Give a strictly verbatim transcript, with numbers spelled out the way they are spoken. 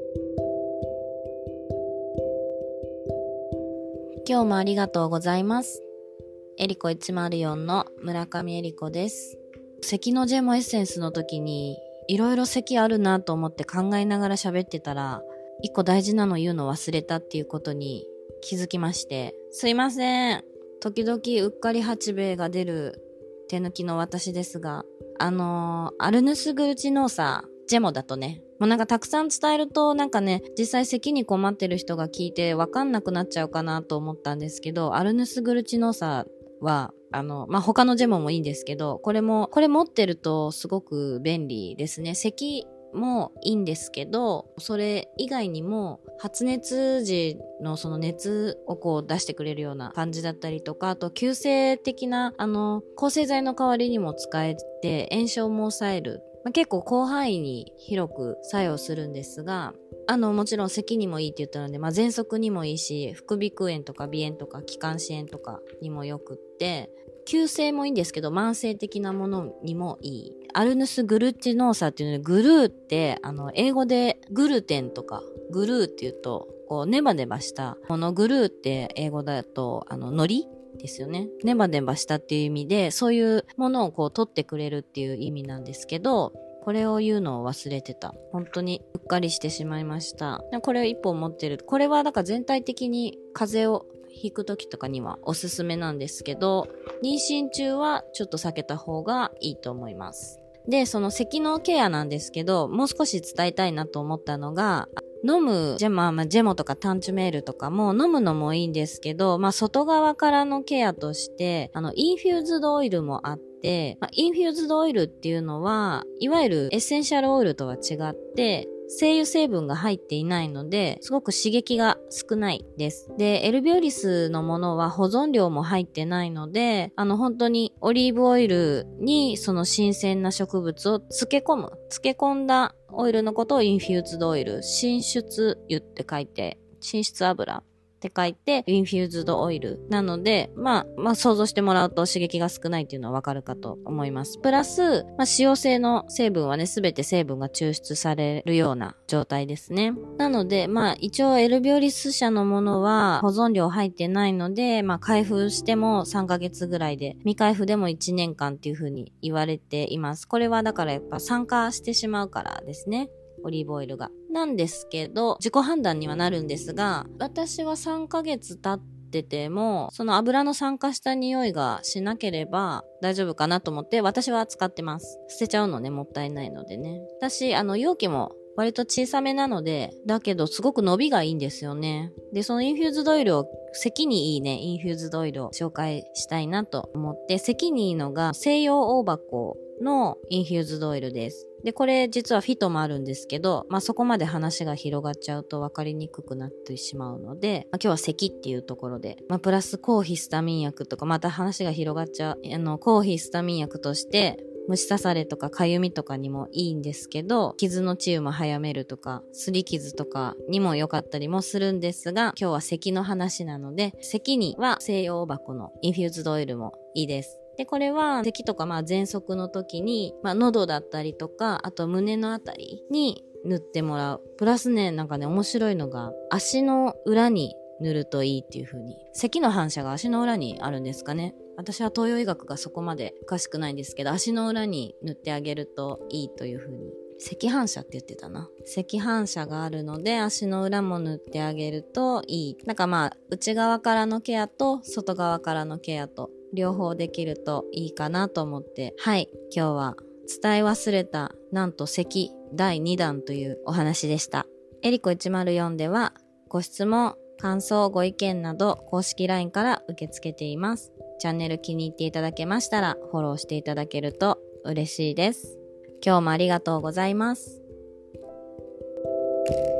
今日もありがとうございます。エリコいちまるよんの村上エリコです。咳のジェモエッセンスの時にいろいろ咳あるなと思って考えながら喋ってたら、一個大事なの言うの忘れたっていうことに気づきまして、すいません。時々うっかり八兵衛が出る手抜きの私ですが、あのー、アルヌスグルチノーサジェモだとね、もうなんかたくさん伝えるとなんかね、実際咳に困ってる人が聞いてわかんなくなっちゃうかなと思ったんですけど、アルヌスグルチノーサはあの、まあ、他のジェモもいいんですけど、これも、これ持ってるとすごく便利ですね。咳もいいんですけど、それ以外にも発熱時のその熱をこう出してくれるような感じだったりとか、あと急性的なあの抗生剤の代わりにも使えて炎症も抑える、まあ、結構広範囲に広く作用するんですが、あのもちろん咳にもいいって言ったので、まあ、喘息にもいいし、副鼻腔炎とか鼻炎とか気管支炎とかにもよくって、急性もいいんですけど慢性的なものにもいい。アルヌスグルチノーサっていうので、グルーってあの英語でグルテンとかグルーって言うとこうネバネバしたこのグルーって英語だとあの海苔ですよね。ネバネバしたっていう意味で、そういうものをこう取ってくれるっていう意味なんですけど、これを言うのを忘れてた。本当にうっかりしてしまいました。これを一本持ってる。これはだから全体的に風邪を引く時とかにはおすすめなんですけど、妊娠中はちょっと避けた方がいいと思います。で、その咳のケアなんですけど、もう少し伝えたいなと思ったのが、飲むジェモ、まあ、ジェモとかタンチュメールとかも飲むのもいいんですけど、まあ、外側からのケアとして、あの、インフューズドオイルもあって、まあ、インフューズドオイルっていうのは、いわゆるエッセンシャルオイルとは違って、精油成分が入っていないので、すごく刺激が少ないです。で、エルビオリスのものは保存料も入ってないので、あの本当にオリーブオイルにその新鮮な植物を漬け込む。漬け込んだオイルのことをインフューズドオイル、浸出油って書いて、浸出油って書いてインフューズドオイルなので、まあ、まあ想像してもらうと刺激が少ないっていうのはわかるかと思います。プラス、まあ使用性の成分はね、すべて成分が抽出されるような状態ですね。なので、まあ一応エルビオリス社のものは保存料入ってないので、まあ開封してもさんかげつぐらいで、未開封でもいちねんかんっていう風に言われています。これはだからやっぱ酸化してしまうからですね。オリーブオイルが。なんですけど、自己判断にはなるんですが、私はさんかげつ経ってても、その油の酸化した匂いがしなければ大丈夫かなと思って私は使ってます。捨てちゃうのね、もったいないのでね。私、あの、容器も割と小さめなので、だけどすごく伸びがいいんですよね。で、そのインフューズドオイルを、咳にいいね、インフューズドオイルを紹介したいなと思って、咳にいいのが西洋大箱のインフューズドオイルです。で、これ実はフィトもあるんですけど、まあ、そこまで話が広がっちゃうと分かりにくくなってしまうので、まあ、今日は咳っていうところで、まあ、プラス抗ヒスタミン薬とか、また話が広がっちゃう、あの、抗ヒスタミン薬として、虫刺されとかかゆみとかにもいいんですけど、傷の治癒も早めるとか、すり傷とかにも良かったりもするんですが、今日は咳の話なので、咳には西洋箱のインフューズドオイルもいいです。で、これは咳とかまあ喘息の時に、まあ喉だったりとか、あと胸のあたりに塗ってもらう。プラスね、なんかね、面白いのが、足の裏に塗るといいっていう風に。咳の反射が足の裏にあるんですかね。私は東洋医学がそこまで詳しくないんですけど、足の裏に塗ってあげるといいという風に。咳反射って言ってたな。咳反射があるので、足の裏も塗ってあげるといい。なんかまあ、内側からのケアと外側からのケアと、両方できるといいかなと思って、はい、今日は伝え忘れたなんと咳だいにだんというお話でした。エリコいちまるよんではご質問、感想、ご意見など公式 ライン から受け付けています。チャンネル気に入っていただけましたらフォローしていただけると嬉しいです。今日もありがとうございます。